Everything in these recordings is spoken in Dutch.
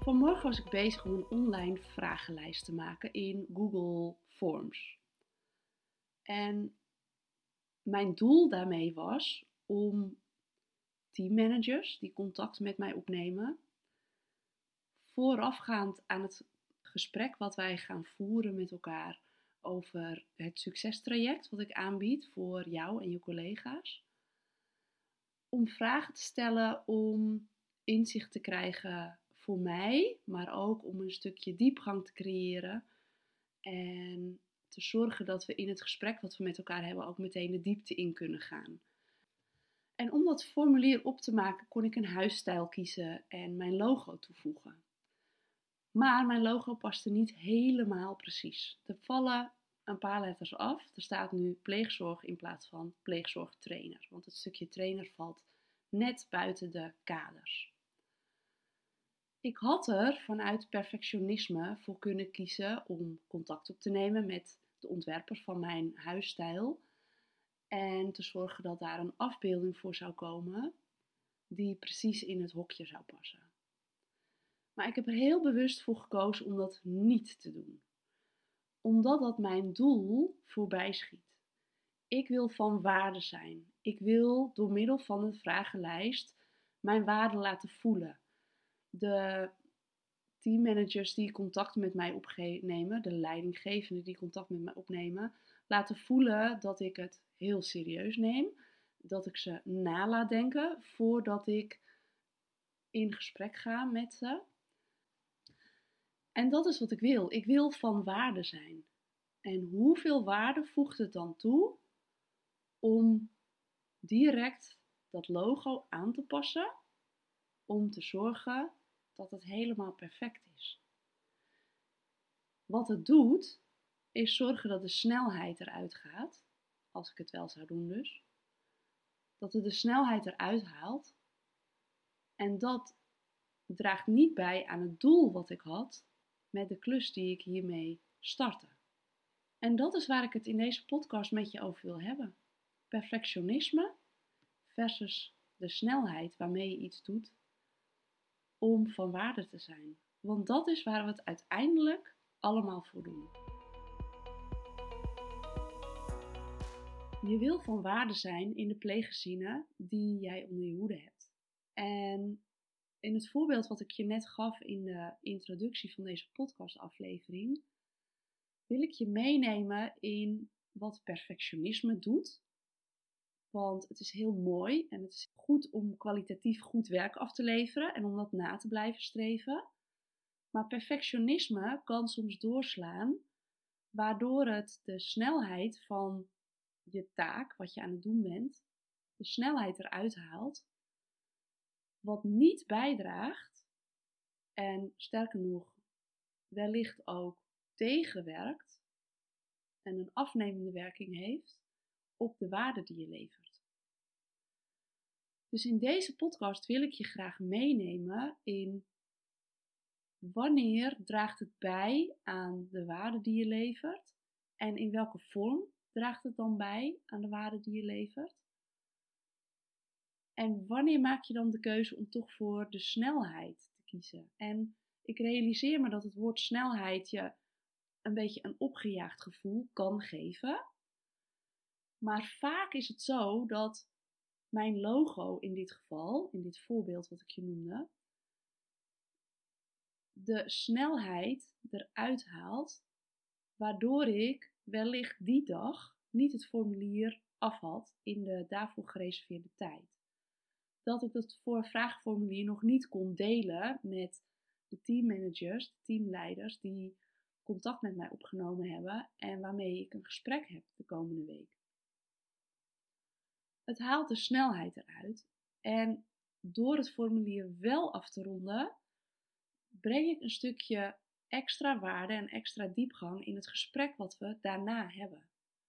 Vanmorgen was ik bezig om een online vragenlijst te maken in Google Forms. En mijn doel daarmee was om teammanagers die contact met mij opnemen, voorafgaand aan het gesprek wat wij gaan voeren met elkaar over het succestraject wat ik aanbied voor jou en je collega's, om vragen te stellen om inzicht te krijgen voor mij, maar ook om een stukje diepgang te creëren en te zorgen dat we in het gesprek wat we met elkaar hebben ook meteen de diepte in kunnen gaan. En om dat formulier op te maken kon ik een huisstijl kiezen en mijn logo toevoegen. Maar mijn logo paste niet helemaal precies. Er vallen een paar letters af. Er staat nu pleegzorg in plaats van pleegzorgtrainer. Want het stukje trainer valt net buiten de kaders. Ik had er vanuit perfectionisme voor kunnen kiezen om contact op te nemen met de ontwerper van mijn huisstijl. En te zorgen dat daar een afbeelding voor zou komen die precies in het hokje zou passen. Maar ik heb er heel bewust voor gekozen om dat niet te doen. Omdat dat mijn doel voorbij schiet. Ik wil van waarde zijn. Ik wil door middel van een vragenlijst mijn waarde laten voelen. De teammanagers die contact met mij opnemen, de leidinggevenden die contact met mij opnemen, laten voelen dat ik het heel serieus neem. Dat ik ze na laat denken voordat ik in gesprek ga met ze. En dat is wat ik wil. Ik wil van waarde zijn. En hoeveel waarde voegt het dan toe om direct dat logo aan te passen, om te zorgen dat het helemaal perfect is. Wat het doet, is zorgen dat de snelheid eruit gaat, als ik het wel zou doen dus. Dat het de snelheid eruit haalt. En dat draagt niet bij aan het doel wat ik had met de klus die ik hiermee startte. En dat is waar ik het in deze podcast met je over wil hebben. Perfectionisme versus de snelheid waarmee je iets doet om van waarde te zijn. Want dat is waar we het uiteindelijk allemaal voor doen. Je wil van waarde zijn in de pleeggezinnen die jij onder je hoede hebt. En in het voorbeeld wat ik je net gaf in de introductie van deze podcastaflevering, wil ik je meenemen in wat perfectionisme doet. Want het is heel mooi en het is goed om kwalitatief goed werk af te leveren en om dat na te blijven streven. Maar perfectionisme kan soms doorslaan, waardoor het de snelheid van je taak, wat je aan het doen bent, de snelheid eruit haalt, wat niet bijdraagt en sterker nog wellicht ook tegenwerkt en een afnemende werking heeft op de waarde die je levert. Dus in deze podcast wil ik je graag meenemen in wanneer draagt het bij aan de waarde die je levert en in welke vorm draagt het dan bij aan de waarde die je levert. En wanneer maak je dan de keuze om toch voor de snelheid te kiezen? En ik realiseer me dat het woord snelheid je een beetje een opgejaagd gevoel kan geven. Maar vaak is het zo dat mijn logo in dit geval, in dit voorbeeld wat ik je noemde, de snelheid eruit haalt, waardoor ik wellicht die dag niet het formulier af had in de daarvoor gereserveerde tijd. Dat ik dat vragenformulier nog niet kon delen met de teammanagers, de teamleiders die contact met mij opgenomen hebben en waarmee ik een gesprek heb de komende week. Het haalt de snelheid eruit en door het formulier wel af te ronden, breng ik een stukje extra waarde en extra diepgang in het gesprek wat we daarna hebben.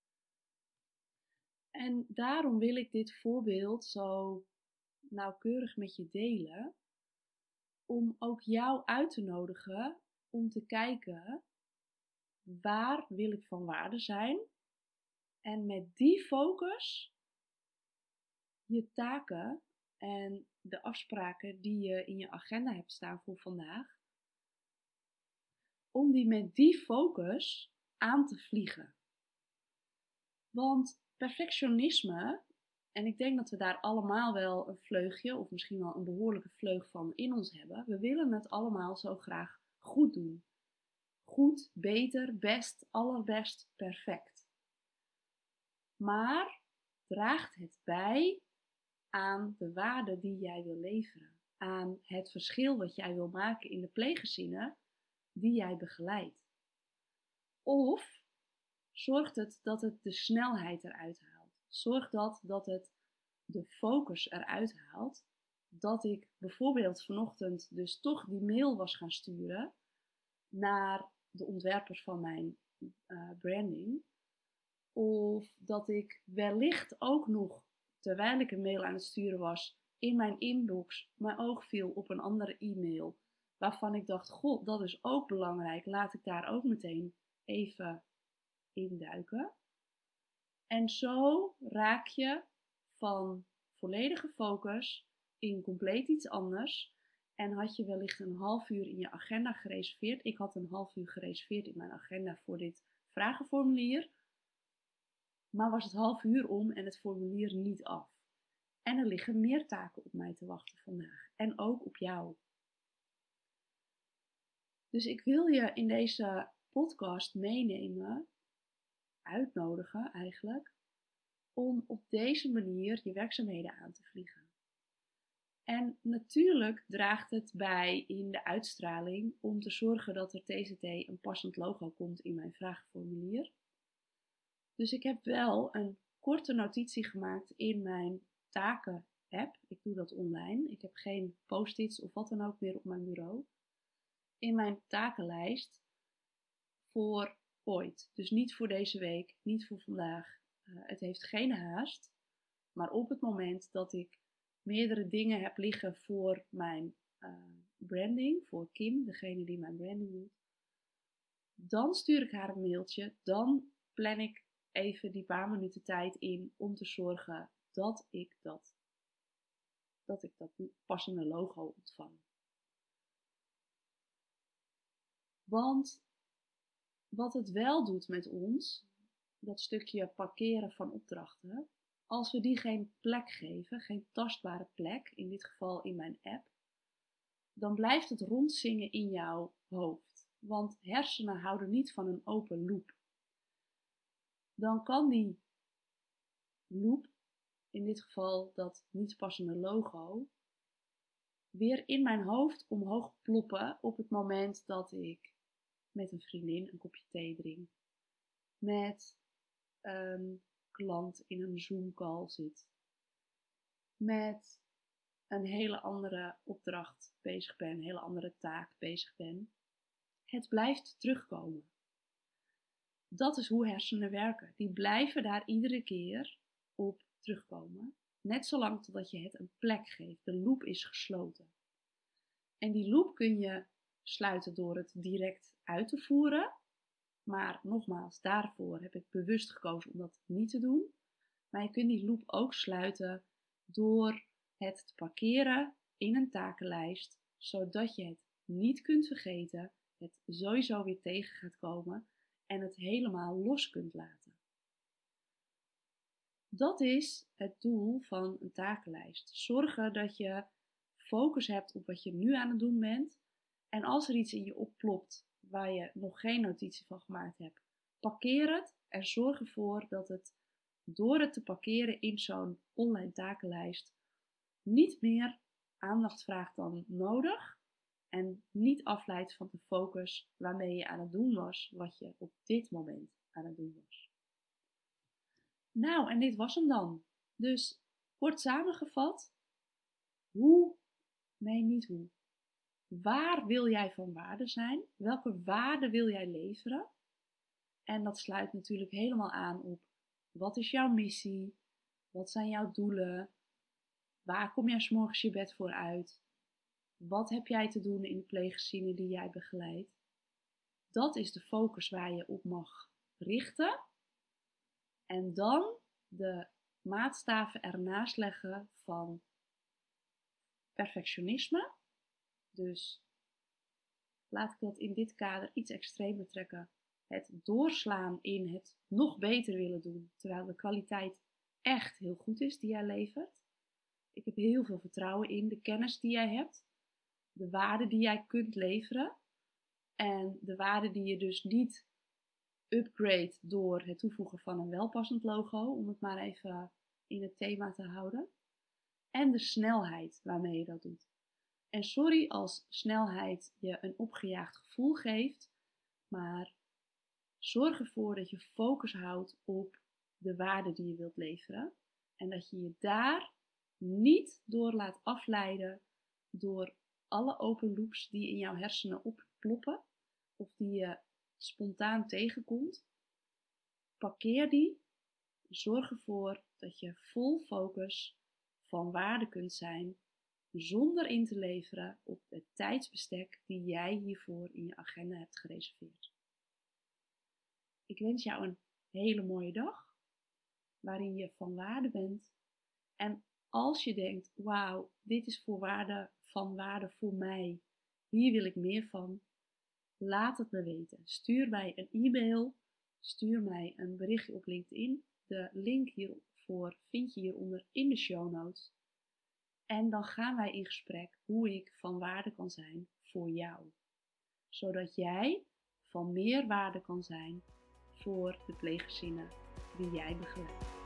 En daarom wil ik dit voorbeeld zo nauwkeurig met je delen, om ook jou uit te nodigen om te kijken waar wil ik van waarde zijn en met die focus je taken en de afspraken die je in je agenda hebt staan voor vandaag om die met die focus aan te vliegen. Want perfectionisme, en ik denk dat we daar allemaal wel een vleugje of misschien wel een behoorlijke vleug van in ons hebben. We willen het allemaal zo graag goed doen. Goed, beter, best, allerbest, perfect. Maar draagt het bij aan de waarde die jij wil leveren? Aan het verschil wat jij wil maken in de pleeggezinnen die jij begeleidt? Of zorgt het dat het de snelheid eruit haalt? Zorgt dat het de focus eruit haalt? Dat ik bijvoorbeeld vanochtend dus toch die mail was gaan sturen naar de ontwerpers van mijn branding. Of dat ik wellicht ook nog, terwijl ik een mail aan het sturen was, in mijn inbox mijn oog viel op een andere e-mail. Waarvan ik dacht, god, dat is ook belangrijk. Laat ik daar ook meteen even induiken. En zo raak je van volledige focus in compleet iets anders. En had je wellicht een half uur in je agenda gereserveerd. Ik had een half uur gereserveerd in mijn agenda voor dit vragenformulier. Maar was het half uur om en het formulier niet af. En er liggen meer taken op mij te wachten vandaag. En ook op jou. Dus ik wil je in deze podcast meenemen, uitnodigen eigenlijk, om op deze manier je werkzaamheden aan te vliegen. En natuurlijk draagt het bij in de uitstraling om te zorgen dat er TCT een passend logo komt in mijn vragenformulier. Dus ik heb wel een korte notitie gemaakt in mijn taken-app. Ik doe dat online. Ik heb geen post-its of wat dan ook meer op mijn bureau. In mijn takenlijst voor ooit. Dus niet voor deze week, niet voor vandaag. Het heeft geen haast. Maar op het moment dat ik meerdere dingen heb liggen voor mijn branding, voor Kim, degene die mijn branding doet, dan stuur ik haar een mailtje. Dan plan ik even die paar minuten tijd in om te zorgen dat ik dat passende logo ontvang. Want wat het wel doet met ons, dat stukje parkeren van opdrachten, als we die geen plek geven, geen tastbare plek, in dit geval in mijn app, dan blijft het rondzingen in jouw hoofd. Want hersenen houden niet van een open loop. Dan kan die loop, in dit geval dat niet passende logo, weer in mijn hoofd omhoog ploppen op het moment dat ik met een vriendin een kopje thee drink. Met een klant in een Zoom-call zit. Met een hele andere opdracht bezig ben, een hele andere taak bezig ben. Het blijft terugkomen. Dat is hoe hersenen werken. Die blijven daar iedere keer op terugkomen. Net zolang totdat je het een plek geeft. De loop is gesloten. En die loop kun je sluiten door het direct uit te voeren. Maar nogmaals, daarvoor heb ik bewust gekozen om dat niet te doen. Maar je kunt die loop ook sluiten door het te parkeren in een takenlijst, zodat je het niet kunt vergeten, het sowieso weer tegen gaat komen en het helemaal los kunt laten. Dat is het doel van een takenlijst. Zorgen dat je focus hebt op wat je nu aan het doen bent. En als er iets in je opplopt waar je nog geen notitie van gemaakt hebt, parkeer het en zorg ervoor dat het door het te parkeren in zo'n online takenlijst niet meer aandacht vraagt dan nodig en niet afleidt van de focus waarmee je aan het doen was wat je op dit moment aan het doen was. Nou, en dit was hem dan. Dus kort samengevat, waar wil jij van waarde zijn? Welke waarde wil jij leveren? En dat sluit natuurlijk helemaal aan op wat is jouw missie? Wat zijn jouw doelen? Waar kom jij 's morgens je bed voor uit? Wat heb jij te doen in de pleeggezinnen die jij begeleidt? Dat is de focus waar je op mag richten. En dan de maatstaven ernaast leggen van perfectionisme. Dus laat ik dat in dit kader iets extremer trekken. Het doorslaan in het nog beter willen doen, terwijl de kwaliteit echt heel goed is die jij levert. Ik heb heel veel vertrouwen in de kennis die jij hebt, de waarde die jij kunt leveren en de waarde die je dus niet upgrade door het toevoegen van een welpassend logo, om het maar even in het thema te houden. En de snelheid waarmee je dat doet. En sorry als snelheid je een opgejaagd gevoel geeft, maar zorg ervoor dat je focus houdt op de waarde die je wilt leveren. En dat je je daar niet door laat afleiden door alle open loops die in jouw hersenen opploppen of die je spontaan tegenkomt. Parkeer die. Zorg ervoor dat je vol focus van waarde kunt zijn zonder in te leveren op het tijdsbestek die jij hiervoor in je agenda hebt gereserveerd. Ik wens jou een hele mooie dag waarin je van waarde bent. En als je denkt, wauw, dit is van waarde voor mij, hier wil ik meer van, laat het me weten. Stuur mij een e-mail, stuur mij een berichtje op LinkedIn. De link hiervoor vind je hieronder in de show notes. En dan gaan wij in gesprek hoe ik van waarde kan zijn voor jou. Zodat jij van meer waarde kan zijn voor de pleeggezinnen die jij begeleidt.